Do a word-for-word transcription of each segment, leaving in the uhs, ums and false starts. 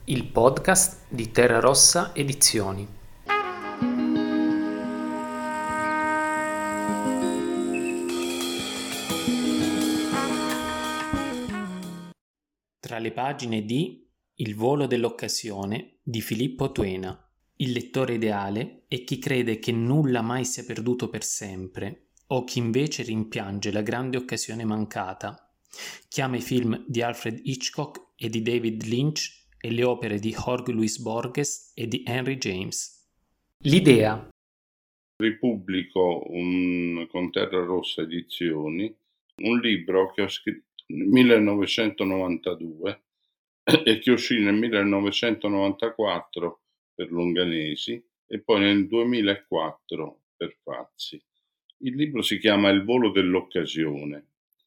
Il podcast di Terra Rossa Edizioni. Tra le pagine di Il volo dell'occasione di Filippo Tuena. Il lettore ideale è chi crede che nulla mai sia perduto per sempre, o chi invece rimpiange la grande occasione mancata. Chiama i film di Alfred Hitchcock e di David Lynch e le opere di Jorge Luis Borges e di Henry James. L'idea. Ripubblico un, con Terra Rossa Edizioni un libro che ho scritto nel millenovecentonovantadue e che uscì nel millenovecentonovantaquattro per Longanesi e poi nel duemilaquattro per Fazzi. Il libro si chiama Il volo dell'occasione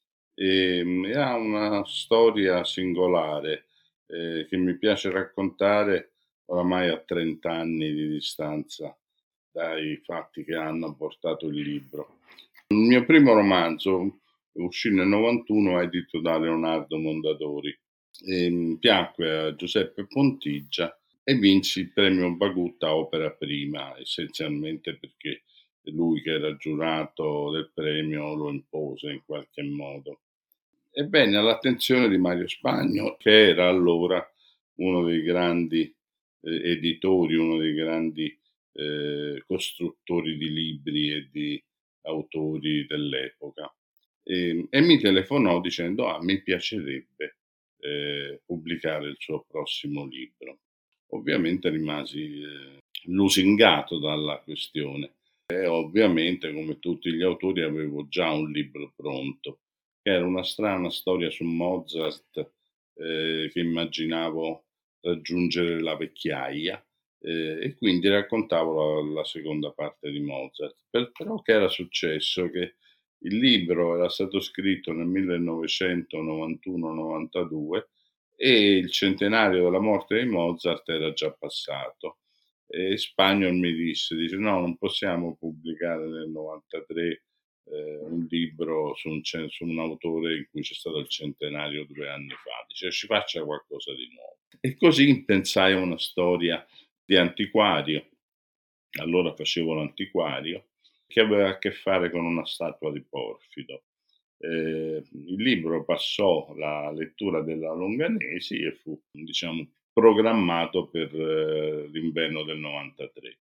e, e ha una storia singolare eh, che mi piace raccontare oramai a trenta anni di distanza dai fatti che hanno portato il libro. Il mio primo romanzo uscì nel novantuno, edito da Leonardo Mondadori. E piacque a Giuseppe Pontigia e vinsi il premio Bagutta Opera Prima, essenzialmente perché lui, che era giurato del premio, lo impose in qualche modo. E venne all'attenzione di Mario Spagno, che era allora uno dei grandi eh, editori, uno dei grandi eh, costruttori di libri e di autori dell'epoca. E, e mi telefonò dicendo: ah, mi piacerebbe eh, pubblicare il suo prossimo libro. Ovviamente rimasi eh, lusingato dalla questione e ovviamente, come tutti gli autori, avevo già un libro pronto, che era una strana storia su Mozart eh, che immaginavo raggiungere la vecchiaia eh, e quindi raccontavo la, la seconda parte di Mozart. Per, però che era successo? Che il libro era stato scritto nel millenovecentonovantuno novantadue e il centenario della morte di Mozart era già passato. E Spagnol mi disse, dice, no, non possiamo pubblicare nel novantatré eh, un libro su un, su un autore in cui c'è stato il centenario due anni fa. Dice, ci faccia qualcosa di nuovo. E così pensai a una storia di antiquario. Allora facevo l'antiquario, che aveva a che fare con una statua di Porfido. Eh, il libro passò la lettura della Longanesi e fu, diciamo, programmato per eh, l'inverno del novantatré.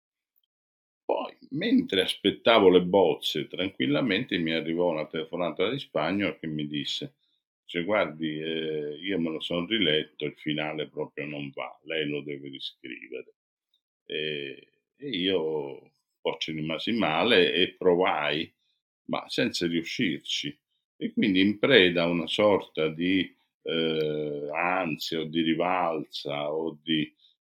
Poi, mentre aspettavo le bozze tranquillamente, mi arrivò una telefonata di Spagno che mi disse, cioè, guardi, eh, io me lo sono riletto, il finale proprio non va, lei lo deve riscrivere. E, e io un po' ci rimasi male e provai, ma senza riuscirci. E quindi, in preda a una sorta di eh, ansia o di rivalsa o di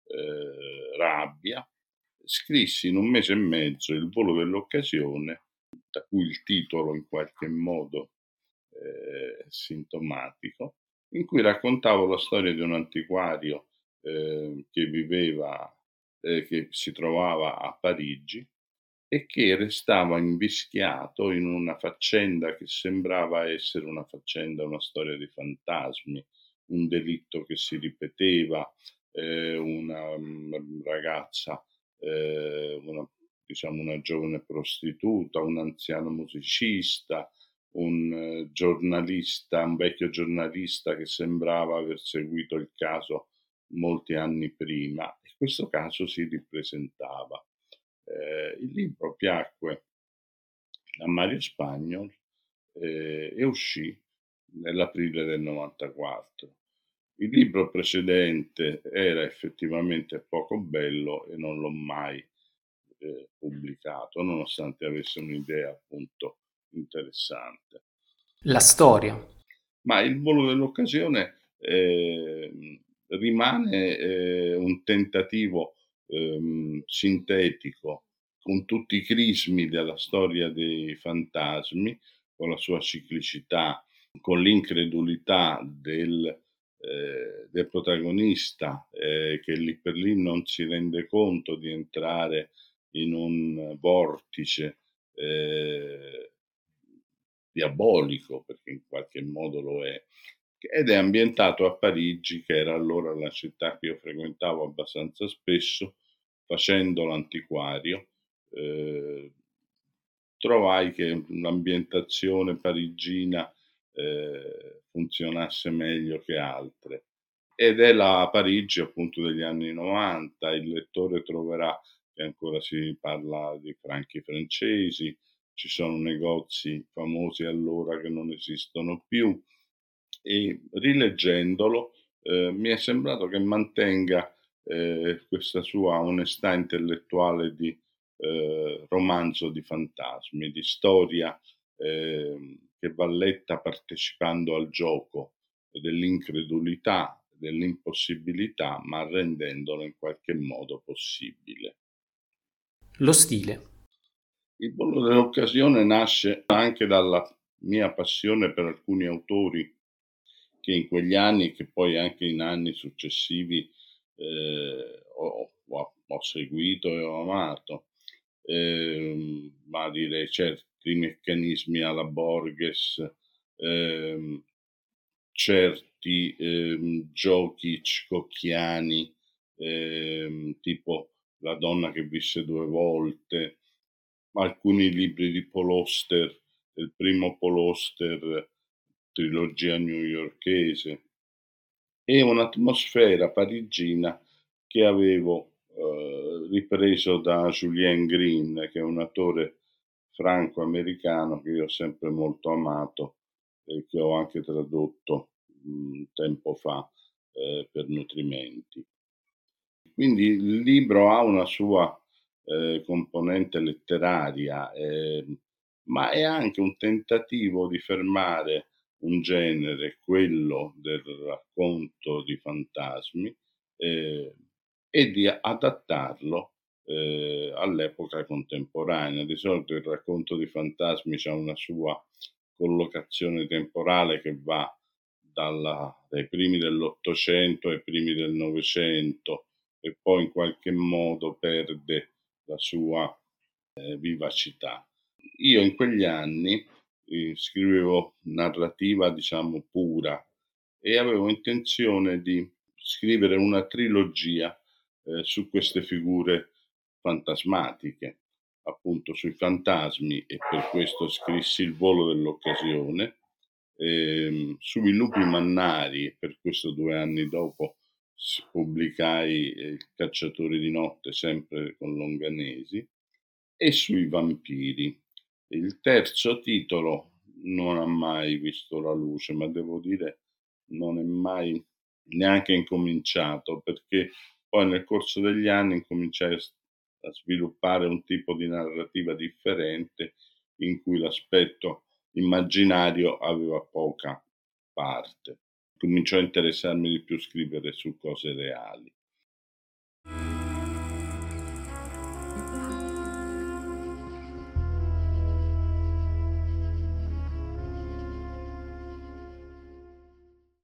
eh, rabbia, scrissi in un mese e mezzo Il volo dell'occasione, da cui il titolo in qualche modo eh, sintomatico, in cui raccontavo la storia di un antiquario eh, che viveva, eh, che si trovava a Parigi e che restava invischiato in una faccenda che sembrava essere una faccenda, una storia di fantasmi, un delitto che si ripeteva, eh, una um, ragazza, eh, una, diciamo una giovane prostituta, un anziano musicista, un eh, giornalista, un vecchio giornalista che sembrava aver seguito il caso molti anni prima, e questo caso si ripresentava. Eh, il libro piacque a Mario Spagnol eh, e uscì nell'aprile del novantaquattro. Il libro precedente era effettivamente poco bello e non l'ho mai eh, pubblicato, nonostante avesse un'idea appunto interessante. La storia. Ma il volo dell'occasione eh, rimane eh, un tentativo ehm, sintetico con tutti i crismi della storia dei fantasmi, con la sua ciclicità, con l'incredulità del, eh, del protagonista eh, che lì per lì non si rende conto di entrare in un vortice eh, diabolico, perché in qualche modo lo è, ed è ambientato a Parigi, che era allora la città che io frequentavo abbastanza spesso, facendo l'antiquario. Eh, trovai che l'ambientazione parigina eh, funzionasse meglio che altre. Ed è la Parigi appunto degli anni novanta, il lettore troverà che ancora si parla di franchi francesi, ci sono negozi famosi allora che non esistono più, e rileggendolo eh, mi è sembrato che mantenga eh, questa sua onestà intellettuale di eh, romanzo di fantasmi, di storia eh, che va letta partecipando al gioco dell'incredulità, dell'impossibilità, ma rendendolo in qualche modo possibile. Lo stile. Il bollo dell'occasione nasce anche dalla mia passione per alcuni autori che in quegli anni e che poi anche in anni successivi eh, ho, ho, ho seguito e ho amato, eh, ma direi certi meccanismi alla Borges, ehm, certi ehm, giochi hitchcockiani, ehm, tipo La donna che visse due volte, alcuni libri di Paul Auster, il primo Paul Auster, trilogia newyorkese, e un'atmosfera parigina che avevo eh, ripreso da Julien Green, che è un attore franco-americano che io ho sempre molto amato e che ho anche tradotto mh, tempo fa eh, per Nutrimenti. Quindi il libro ha una sua eh, componente letteraria, eh, ma è anche un tentativo di fermare un genere, quello del racconto di fantasmi, eh, e di adattarlo eh, all'epoca contemporanea. Di solito il racconto di fantasmi ha una sua collocazione temporale che va dalla, dai primi dell'Ottocento ai primi del Novecento, e poi in qualche modo perde la sua eh, vivacità. Io in quegli anni eh, scrivevo narrativa, diciamo, pura, e avevo intenzione di scrivere una trilogia eh, su queste figure fantasmatiche, appunto sui fantasmi, e per questo scrissi Il volo dell'occasione, ehm, sui lupi mannari, e per questo due anni dopo pubblicai eh, Il cacciatore di notte, sempre con Longanesi, e sui vampiri. Il terzo titolo non ha mai visto la luce, ma devo dire non è mai neanche incominciato, perché poi nel corso degli anni incominciai a sviluppare un tipo di narrativa differente in cui l'aspetto immaginario aveva poca parte. Cominciò a interessarmi di più scrivere su cose reali.